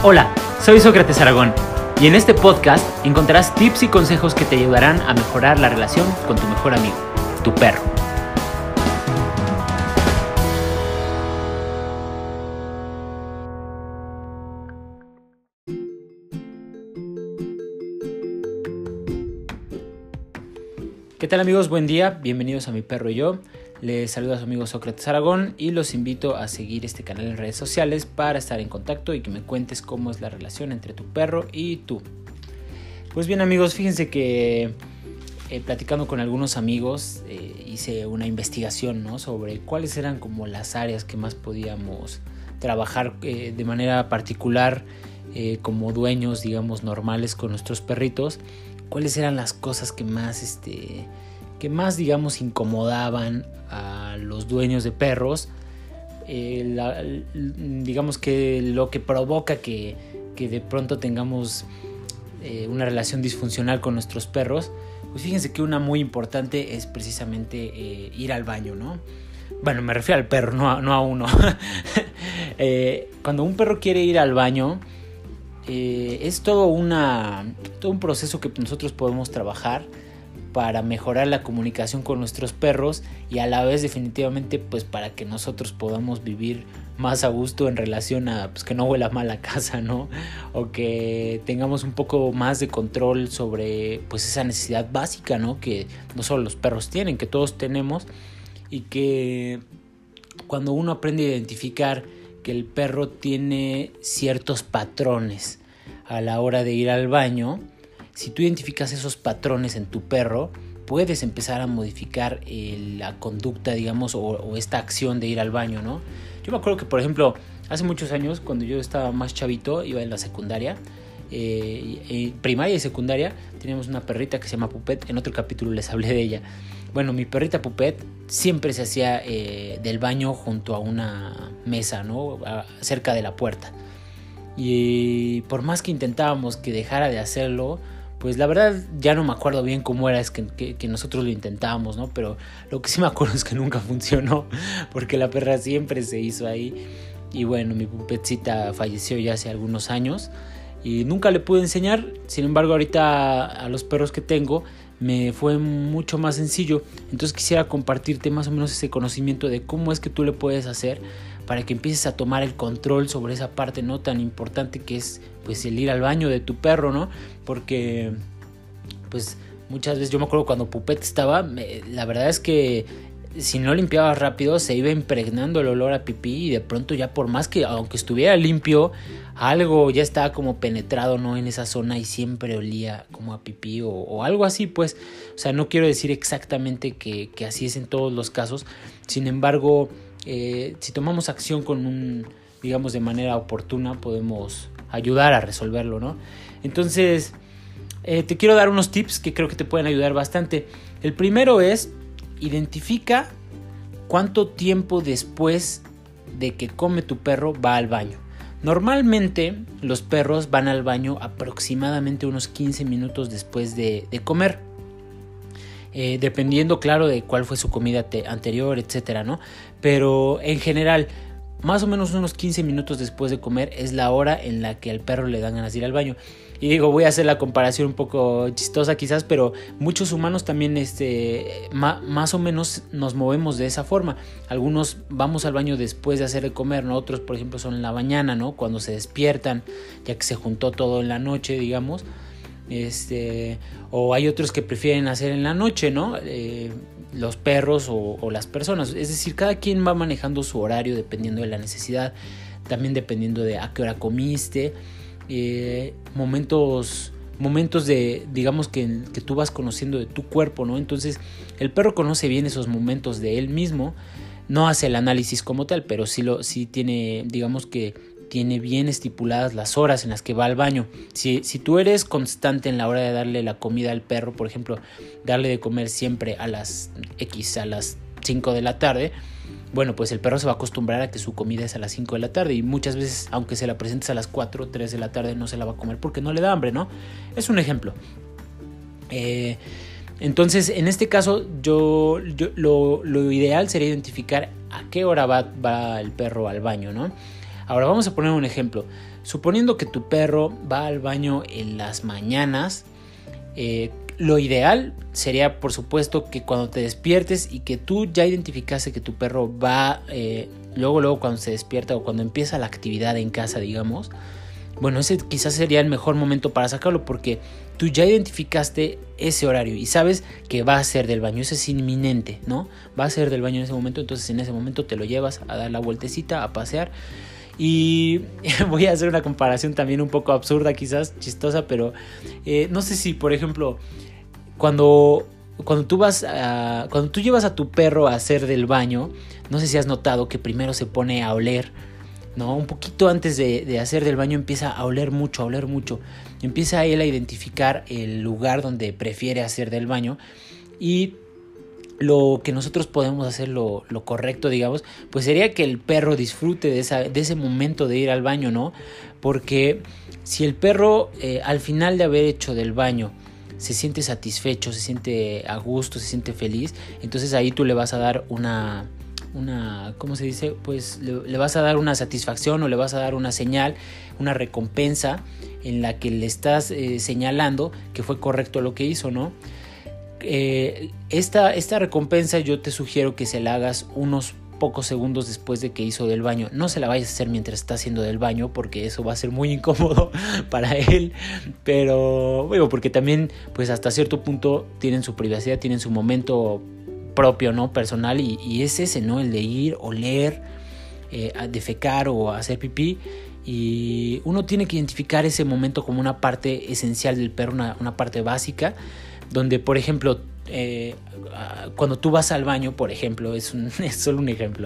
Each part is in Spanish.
Hola, soy Sócrates Aragón y en este podcast encontrarás tips y consejos que te ayudarán a mejorar la relación con tu mejor amigo, tu perro. ¿Qué tal amigos? Buen día, bienvenidos a Mi Perro y Yo. Les saluda a su amigo Sócrates Aragón y los invito a seguir este canal en redes sociales para estar en contacto y que me cuentes cómo es la relación entre tu perro y tú. Pues bien amigos, fíjense que platicando con algunos amigos hice una investigación, ¿no?, sobre cuáles eran como las áreas que más podíamos trabajar de manera particular como dueños, digamos, normales con nuestros perritos. Cuáles eran las cosas que más digamos incomodaban a los dueños de perros, digamos que lo que provoca que de pronto tengamos una relación disfuncional con nuestros perros. Pues fíjense que una muy importante es precisamente ir al baño, ¿no? Bueno, me refiero al perro, no a uno. Cuando un perro quiere ir al baño, es todo un proceso que nosotros podemos trabajar para mejorar la comunicación con nuestros perros y a la vez definitivamente pues para que nosotros podamos vivir más a gusto en relación a pues, que no huela mal la casa, ¿no? O que tengamos un poco más de control sobre pues esa necesidad básica, ¿no?, que no solo los perros tienen, que todos tenemos, y que cuando uno aprende a identificar que el perro tiene ciertos patrones a la hora de ir al baño, si tú identificas esos patrones en tu perro, puedes empezar a modificar la conducta, digamos, o esta acción de ir al baño, ¿no? Yo me acuerdo que, por ejemplo, hace muchos años, cuando yo estaba más chavito, iba en la secundaria, primaria y secundaria, teníamos una perrita que se llama Pupet. En otro capítulo les hablé de ella. Bueno, mi perrita Pupet siempre se hacía del baño junto a una mesa, ¿no?, cerca de la puerta. Y por más que intentábamos que dejara de hacerlo, pues la verdad ya no me acuerdo bien cómo era, es que nosotros lo intentábamos, ¿no? Pero lo que sí me acuerdo es que nunca funcionó, porque la perra siempre se hizo ahí. Y bueno, mi Pupetcita falleció ya hace algunos años y nunca le pude enseñar. Sin embargo, ahorita a los perros que tengo me fue mucho más sencillo. Entonces quisiera compartirte más o menos ese conocimiento de cómo es que tú le puedes hacer para que empieces a tomar el control sobre esa parte no tan importante que es pues el ir al baño de tu perro, ¿no? Porque pues muchas veces yo me acuerdo cuando Pupet estaba, la verdad es que si no limpiabas rápido se iba impregnando el olor a pipí y de pronto ya por más que aunque estuviera limpio, algo ya estaba como penetrado, ¿no?, en esa zona y siempre olía como a pipí o algo así, pues. O sea, no quiero decir exactamente que así es en todos los casos. Sin embargo, si tomamos acción digamos de manera oportuna, podemos ayudar a resolverlo, ¿no? Entonces, te quiero dar unos tips que creo que te pueden ayudar bastante. El primero es: identifica cuánto tiempo después de que come tu perro va al baño. Normalmente los perros van al baño aproximadamente unos 15 minutos después de comer. Dependiendo, claro, de cuál fue su comida anterior, etcétera, ¿no? Pero en general, más o menos unos 15 minutos después de comer es la hora en la que al perro le dan ganas de ir al baño. Y digo, voy a hacer la comparación un poco chistosa quizás, pero muchos humanos también más o menos nos movemos de esa forma. Algunos vamos al baño después de hacer de comer, ¿no? Otros, por ejemplo, son en la mañana, ¿no?, cuando se despiertan, ya que se juntó todo en la noche, digamos. O hay otros que prefieren hacer en la noche, ¿no? Los perros o las personas. Es decir, cada quien va manejando su horario dependiendo de la necesidad, también dependiendo de a qué hora comiste, momentos de, digamos, que tú vas conociendo de tu cuerpo, ¿no? Entonces, el perro conoce bien esos momentos de él mismo, no hace el análisis como tal, pero sí tiene, digamos que tiene bien estipuladas las horas en las que va al baño. Si tú eres constante en la hora de darle la comida al perro, por ejemplo, darle de comer siempre a las 5 de la tarde, bueno, pues el perro se va a acostumbrar a que su comida es a las 5 de la tarde y muchas veces, aunque se la presentes a las 4 o 3 de la tarde, no se la va a comer porque no le da hambre, ¿no? Es un ejemplo. Entonces, en este caso, lo ideal sería identificar a qué hora va el perro al baño, ¿no? Ahora vamos a poner un ejemplo. suponiendo que tu perro va al baño en las mañanas, lo ideal sería, por supuesto, que cuando te despiertes y que tú ya identificaste que tu perro va luego cuando se despierta o cuando empieza la actividad en casa, digamos, bueno, ese quizás sería el mejor momento para sacarlo, porque tú ya identificaste ese horario y sabes que va a ser del baño. Eso es inminente, ¿no? Va a ser del baño en ese momento. Entonces en ese momento te lo llevas a dar la vueltecita, a pasear. Y voy a hacer una comparación también un poco absurda, quizás chistosa, pero no sé si, por ejemplo, cuando tú llevas a tu perro a hacer del baño, no sé si has notado que primero se pone a oler, ¿no? Un poquito antes de hacer del baño empieza a oler mucho. Empieza él a identificar el lugar donde prefiere hacer del baño, y lo que nosotros podemos hacer, lo correcto, digamos, pues sería que el perro disfrute de ese momento de ir al baño, ¿no? Porque si el perro al final de haber hecho del baño se siente satisfecho, se siente a gusto, se siente feliz, entonces ahí tú le vas a dar una ¿cómo se dice? Pues le vas a dar una satisfacción, o le vas a dar una señal, una recompensa en la que le estás señalando que fue correcto lo que hizo, ¿no? Esta recompensa yo te sugiero que se la hagas unos pocos segundos después de que hizo del baño. No se la vayas a hacer mientras está haciendo del baño, porque eso va a ser muy incómodo para él, pero bueno, porque también pues hasta cierto punto tienen su privacidad, tienen su momento propio, ¿no? Personal, y es ese, ¿no? El de ir, oler, defecar o hacer pipí. Y uno tiene que identificar ese momento como una parte esencial del perro, una parte básica, donde, por ejemplo, cuando tú vas al baño, por ejemplo, es solo un ejemplo,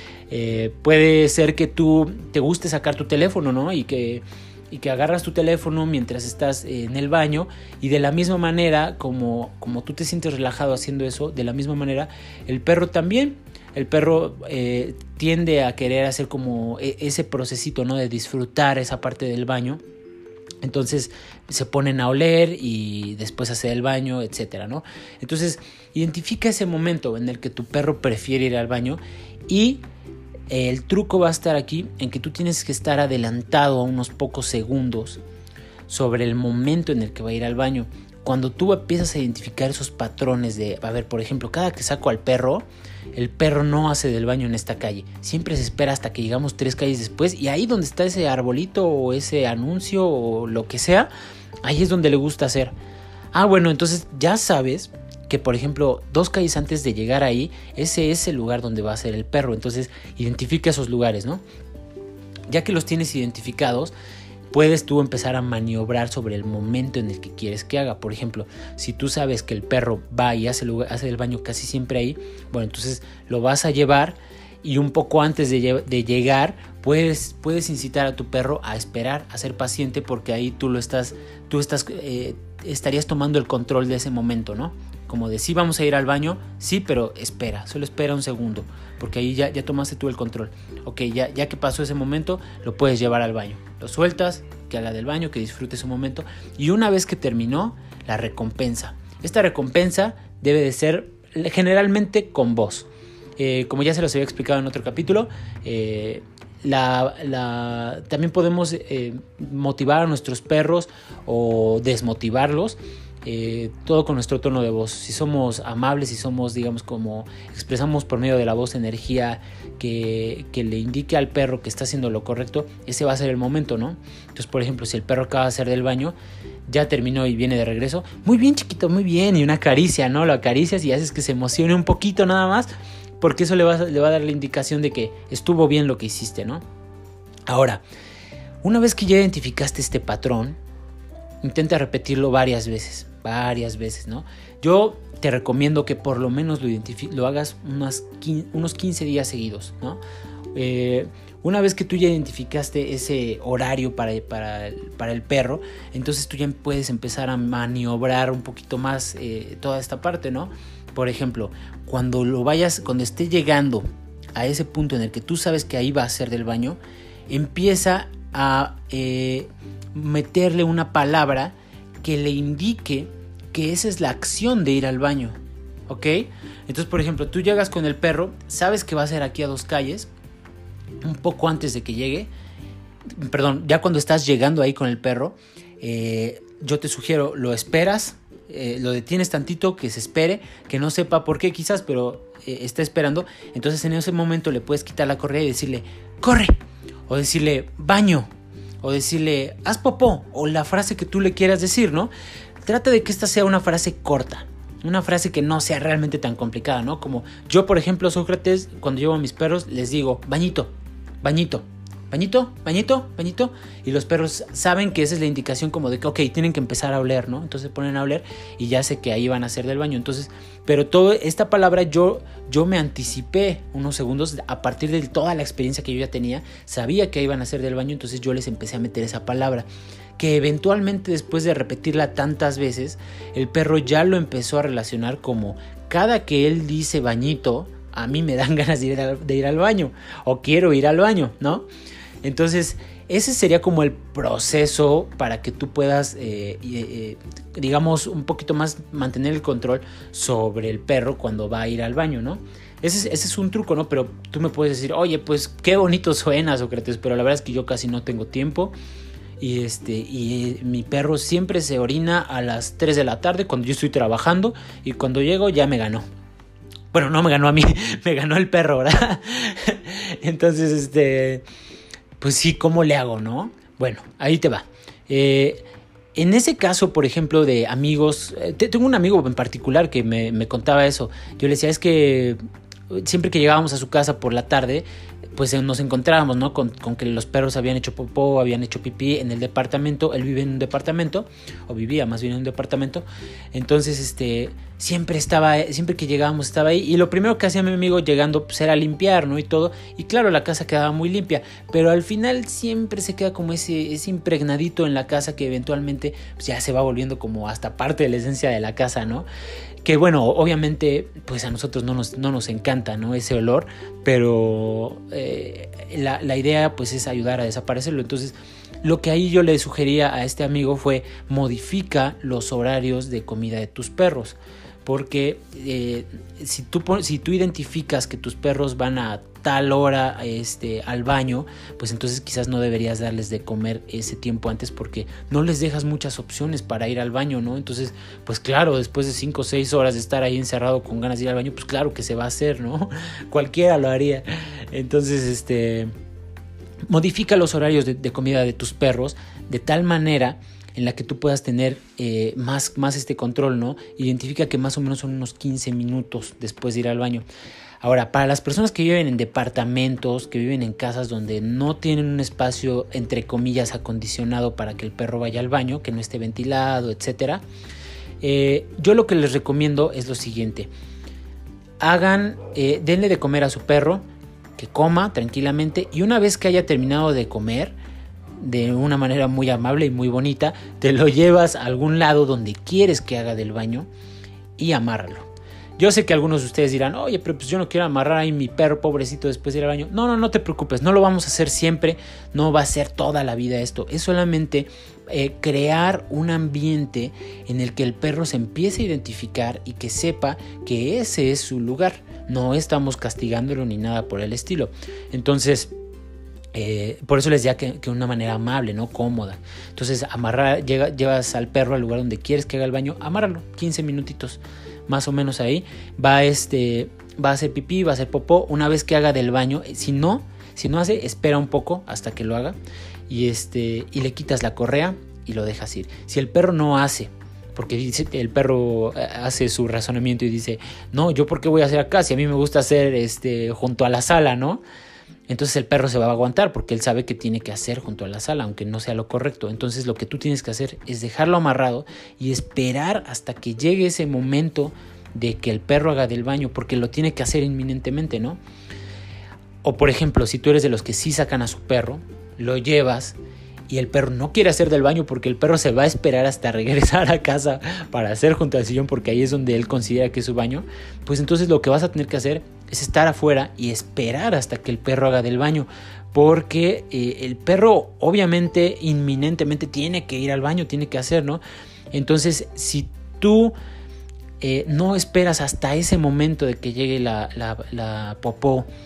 puede ser que tú te guste sacar tu teléfono, ¿no? Y que agarras tu teléfono mientras estás en el baño, y de la misma manera como tú te sientes relajado haciendo eso, de la misma manera el perro también. El perro tiende a querer hacer como ese procesito, ¿no? De disfrutar esa parte del baño. Entonces se ponen a oler y después hacer el baño, etcétera, ¿no? Entonces identifica ese momento en el que tu perro prefiere ir al baño, y el truco va a estar aquí en que tú tienes que estar adelantado a unos pocos segundos sobre el momento en el que va a ir al baño. Cuando tú empiezas a identificar esos patrones de, a ver, por ejemplo, cada que saco al perro, el perro no hace del baño en esta calle. Siempre se espera hasta que llegamos 3 calles después, y ahí donde está ese arbolito o ese anuncio o lo que sea, ahí es donde le gusta hacer. Bueno, entonces ya sabes que, por ejemplo, 2 calles antes de llegar ahí, ese es el lugar donde va a ser el perro. Entonces identifica esos lugares, ¿no? Ya que los tienes identificados, puedes tú empezar a maniobrar sobre el momento en el que quieres que haga. Por ejemplo, si tú sabes que el perro va y hace el baño casi siempre ahí, bueno, entonces lo vas a llevar, y un poco antes de llegar puedes incitar a tu perro a esperar, a ser paciente, porque ahí tú estarías tomando el control de ese momento, ¿no? Como de sí, vamos a ir al baño, sí, pero solo espera un segundo, porque ahí ya tomaste tú el control. Ok, ya que pasó ese momento, lo puedes llevar al baño. Lo sueltas, que haga del baño, que disfrute su momento. Y una vez que terminó, la recompensa. Esta recompensa debe de ser generalmente con voz. Como ya se los había explicado en otro capítulo, también podemos motivar a nuestros perros o desmotivarlos. Todo con nuestro tono de voz. Si somos amables, si somos, digamos, como expresamos por medio de la voz energía que le indique al perro que está haciendo lo correcto, ese va a ser el momento, ¿no? Entonces, por ejemplo, si el perro acaba de hacer del baño, ya terminó y viene de regreso, muy bien, chiquito, muy bien, y una caricia, ¿no? Lo acaricias y haces que se emocione un poquito nada más, porque eso le va a dar la indicación de que estuvo bien lo que hiciste, ¿no? Ahora, una vez que ya identificaste este patrón, intenta repetirlo varias veces, ¿no? Yo te recomiendo que por lo menos lo hagas unos 15 días seguidos, ¿no? Una vez que tú ya identificaste ese horario para el perro, entonces tú ya puedes empezar a maniobrar un poquito más toda esta parte, ¿no? Por ejemplo, cuando esté llegando a ese punto en el que tú sabes que ahí va a ser del baño, empieza a meterle una palabra que le indique que esa es la acción de ir al baño, ¿ok? Entonces, por ejemplo, tú llegas con el perro, sabes que va a ser aquí a 2 calles, un poco antes de que llegue, ya cuando estás llegando ahí con el perro, yo te sugiero, lo esperas, lo detienes tantito, que se espere, que no sepa por qué quizás, pero está esperando. Entonces en ese momento le puedes quitar la correa y decirle, corre, o decirle, baño, o decirle, haz popó, o la frase que tú le quieras decir, ¿no? Trata de que esta sea una frase corta, una frase que no sea realmente tan complicada, ¿no? Como yo, por ejemplo, Sócrates, cuando llevo a mis perros, les digo, bañito, bañito, bañito, bañito, bañito. Y los perros saben que esa es la indicación como de que, ok, tienen que empezar a oler, ¿no? Entonces se ponen a oler y ya sé que ahí van a hacer del baño. Entonces, pero toda esta palabra yo me anticipé unos segundos a partir de toda la experiencia que yo ya tenía. Sabía que iban a hacer del baño, entonces yo les empecé a meter esa palabra, que eventualmente, después de repetirla tantas veces, el perro ya lo empezó a relacionar como cada que él dice bañito, a mí me dan ganas de ir al baño, o quiero ir al baño, ¿no? Entonces, ese sería como el proceso para que tú puedas, digamos, un poquito más mantener el control sobre el perro cuando va a ir al baño, ¿no? Ese es un truco, ¿no? Pero tú me puedes decir, oye, pues qué bonito suena, Sócrates, pero la verdad es que yo casi no tengo tiempo. Y mi perro siempre se orina a las 3 de la tarde cuando yo estoy trabajando, y cuando llego ya me ganó. Bueno, no me ganó a mí, me ganó el perro, ¿verdad? Entonces, pues sí, ¿cómo le hago, no? Bueno, ahí te va. En ese caso, por ejemplo, de amigos, tengo un amigo en particular que me contaba eso. Yo le decía, es que siempre que llegábamos a su casa por la tarde, pues nos encontrábamos, ¿no? Con que los perros habían hecho popó, habían hecho pipí en el departamento. Él vive en un departamento, o vivía más bien en un departamento. Entonces, siempre que llegábamos estaba ahí. Y lo primero que hacía mi amigo llegando, pues era limpiar, ¿no? Y todo. Y claro, la casa quedaba muy limpia. Pero al final siempre se queda como ese impregnadito en la casa que eventualmente pues ya se va volviendo como hasta parte de la esencia de la casa, ¿no? Que bueno, obviamente pues a nosotros no nos encanta, ¿no? Ese olor, pero la idea pues es ayudar a desaparecerlo. Entonces lo que ahí yo le sugería a este amigo fue: modifica los horarios de comida de tus perros, porque si tú identificas que tus perros van a tal hora al baño, pues entonces quizás no deberías darles de comer ese tiempo antes, porque no les dejas muchas opciones para ir al baño, ¿no? Entonces, pues claro, después de 5 o 6 horas de estar ahí encerrado con ganas de ir al baño, pues claro que se va a hacer, ¿no? Cualquiera lo haría. Entonces, modifica los horarios de comida de tus perros de tal manera en la que tú puedas tener más control, ¿no? Identifica que más o menos son unos 15 minutos después de ir al baño. Ahora, para las personas que viven en departamentos, que viven en casas donde no tienen un espacio, entre comillas, acondicionado para que el perro vaya al baño, que no esté ventilado, etc., yo lo que les recomiendo es lo siguiente: denle de comer a su perro, que coma tranquilamente, y una vez que haya terminado de comer, de una manera muy amable y muy bonita, te lo llevas a algún lado donde quieres que haga del baño y amárralo. Yo sé que algunos de ustedes dirán, oye, pero pues yo no quiero amarrar ahí mi perro pobrecito después de ir al baño. No te preocupes, no lo vamos a hacer siempre, no va a ser toda la vida esto. Es solamente crear un ambiente en el que el perro se empiece a identificar y que sepa que ese es su lugar. No estamos castigándolo ni nada por el estilo. Entonces, por eso les decía que una manera amable, ¿no? Cómoda. Entonces, llevas al perro al lugar donde quieres que haga el baño, amárralo, 15 minutitos. Más o menos ahí va a hacer pipí, va a hacer popó. Una vez que haga del baño, si no hace, espera un poco hasta que lo haga y le quitas la correa y lo dejas ir. Si el perro no hace, porque el perro hace su razonamiento y dice, no, yo por qué voy a hacer acá si a mí me gusta hacer junto a la sala, ¿no? Entonces el perro se va a aguantar porque él sabe que tiene que hacer junto a la sala, aunque no sea lo correcto. Entonces lo que tú tienes que hacer es dejarlo amarrado y esperar hasta que llegue ese momento de que el perro haga del baño, porque lo tiene que hacer inminentemente, ¿no? O por ejemplo, si tú eres de los que sí sacan a su perro, lo llevas y el perro no quiere hacer del baño porque el perro se va a esperar hasta regresar a casa para hacer junto al sillón, porque ahí es donde él considera que es su baño, pues entonces lo que vas a tener que hacer es estar afuera y esperar hasta que el perro haga del baño, porque el perro obviamente inminentemente tiene que ir al baño, tiene que hacer, ¿no? Entonces, si tú no esperas hasta ese momento de que llegue la popó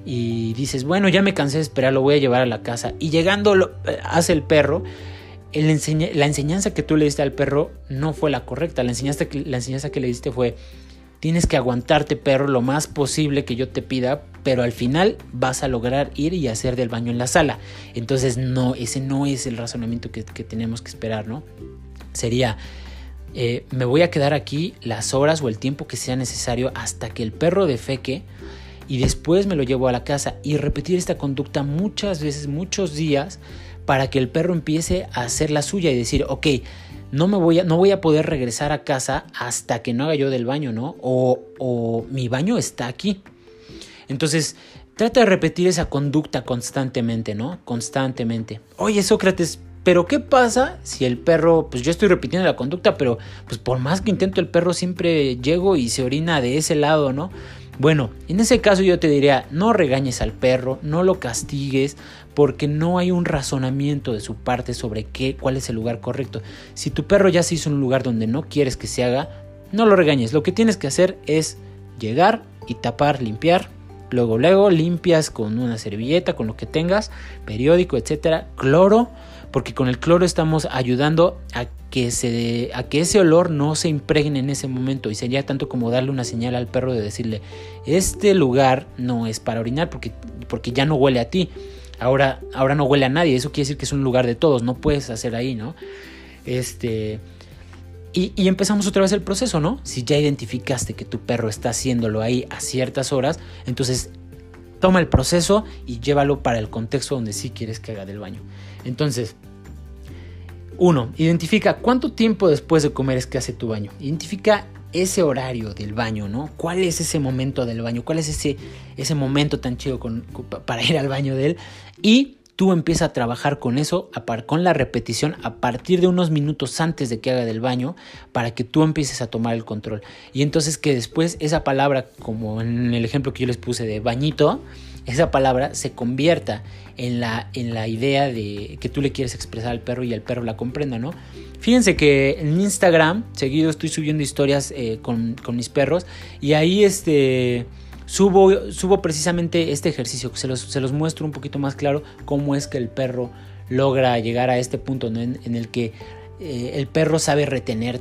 y dices, bueno, ya me cansé de esperar, lo voy a llevar a la casa. Y llegando hace el perro, la enseñanza que tú le diste al perro no fue la correcta. La enseñanza que le diste fue: tienes que aguantarte, perro, lo más posible que yo te pida, pero al final vas a lograr ir y hacer del baño en la sala. Entonces no, ese no es el razonamiento que tenemos que esperar, ¿no? Sería, me voy a quedar aquí las horas o el tiempo que sea necesario hasta que el perro defeque, y después me lo llevo a la casa, y repetir esta conducta muchas veces, muchos días, para que el perro empiece a hacer la suya y decir, ok, no voy a poder regresar a casa hasta que no haga yo del baño, ¿no? O mi baño está aquí. Entonces, trata de repetir esa conducta constantemente, ¿no? Constantemente. Oye, Sócrates, pero ¿qué pasa si el perro, pues yo estoy repitiendo la conducta, pero pues por más que intento el perro siempre llego y se orina de ese lado, ¿no? Bueno, en ese caso yo te diría, no regañes al perro, no lo castigues, porque no hay un razonamiento de su parte sobre cuál es el lugar correcto. Si tu perro ya se hizo en un lugar donde no quieres que se haga, no lo regañes. Lo que tienes que hacer es llegar y tapar, limpiar. Luego limpias con una servilleta, con lo que tengas, periódico, etcétera, cloro, porque con el cloro estamos ayudando a que ese olor no se impregne en ese momento, y sería tanto como darle una señal al perro de decirle, este lugar no es para orinar porque ya no huele a ti, ahora no huele a nadie, eso quiere decir que es un lugar de todos, no puedes hacer ahí, ¿no? Y empezamos otra vez el proceso, ¿no? Si ya identificaste que tu perro está haciéndolo ahí a ciertas horas, entonces toma el proceso y llévalo para el contexto donde sí quieres que haga del baño. Entonces, 1. Identifica cuánto tiempo después de comer es que hace tu baño. Identifica ese horario del baño, ¿no? ¿Cuál es ese momento del baño? ¿Cuál es ese momento tan chido para ir al baño de él? Y tú empiezas a trabajar con eso, con la repetición a partir de unos minutos antes de que haga del baño, para que tú empieces a tomar el control. Y entonces que después esa palabra, como en el ejemplo que yo les puse de bañito, esa palabra se convierta en la idea de que tú le quieres expresar al perro y el perro la comprenda, ¿no? Fíjense que en Instagram seguido estoy subiendo historias con mis perros, y ahí subo precisamente este ejercicio, se los muestro un poquito más claro cómo es que el perro logra llegar a este punto, ¿no? en el que el perro sabe retener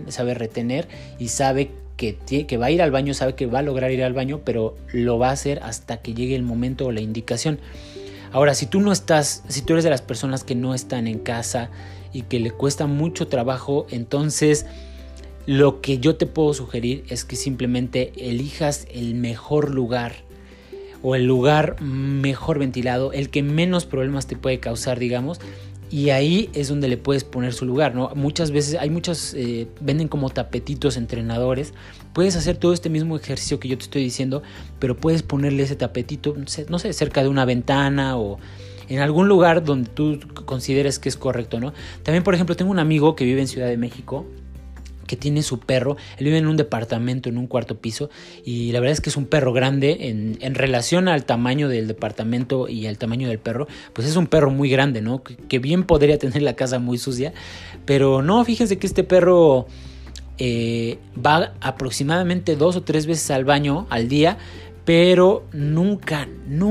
y sabe que va a ir al baño, sabe que va a lograr ir al baño, pero lo va a hacer hasta que llegue el momento o la indicación. Ahora, si tú eres de las personas que no están en casa y que le cuesta mucho trabajo, entonces lo que yo te puedo sugerir es que simplemente elijas el mejor lugar o el lugar mejor ventilado, el que menos problemas te puede causar, digamos, y ahí es donde le puedes poner su lugar, ¿no? Muchas veces venden como tapetitos entrenadores. Puedes hacer todo este mismo ejercicio que yo te estoy diciendo, pero puedes ponerle ese tapetito, no sé, cerca de una ventana o en algún lugar donde tú consideres que es correcto, ¿no? También, por ejemplo, tengo un amigo que vive en Ciudad de México, que tiene su perro. Él vive en un departamento, en un cuarto piso, y la verdad es que es un perro grande en relación al tamaño del departamento y al tamaño del perro, pues es un perro muy grande, ¿no? Que bien podría tener la casa muy sucia, pero no, fíjense que este perro va aproximadamente 2 o 3 veces al baño al día, pero nunca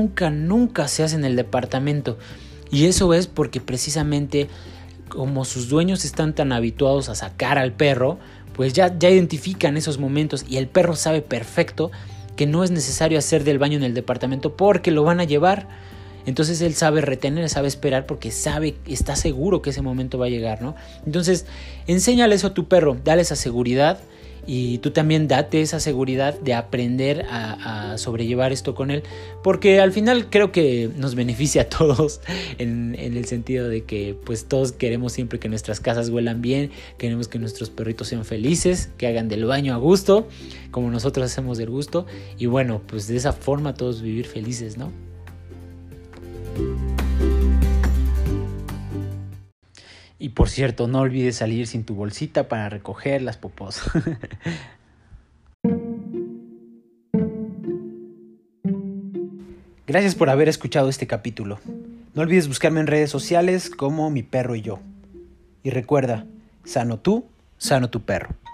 se hace en el departamento, y eso es porque precisamente como sus dueños están tan habituados a sacar al perro, pues ya identifican esos momentos, y el perro sabe perfecto que no es necesario hacer del baño en el departamento porque lo van a llevar. Entonces él sabe retener, sabe esperar porque está seguro que ese momento va a llegar, ¿no? Entonces enséñale eso a tu perro, dale esa seguridad, y tú también date esa seguridad de aprender a sobrellevar esto con él, porque al final creo que nos beneficia a todos en el sentido de que pues todos queremos siempre que nuestras casas huelan bien, queremos que nuestros perritos sean felices, que hagan del baño a gusto, como nosotros hacemos del gusto, y bueno, pues de esa forma todos vivir felices, ¿no? Y por cierto, no olvides salir sin tu bolsita para recoger las popós. Gracias por haber escuchado este capítulo. No olvides buscarme en redes sociales como Mi Perro y Yo. Y recuerda, sano tú, sano tu perro.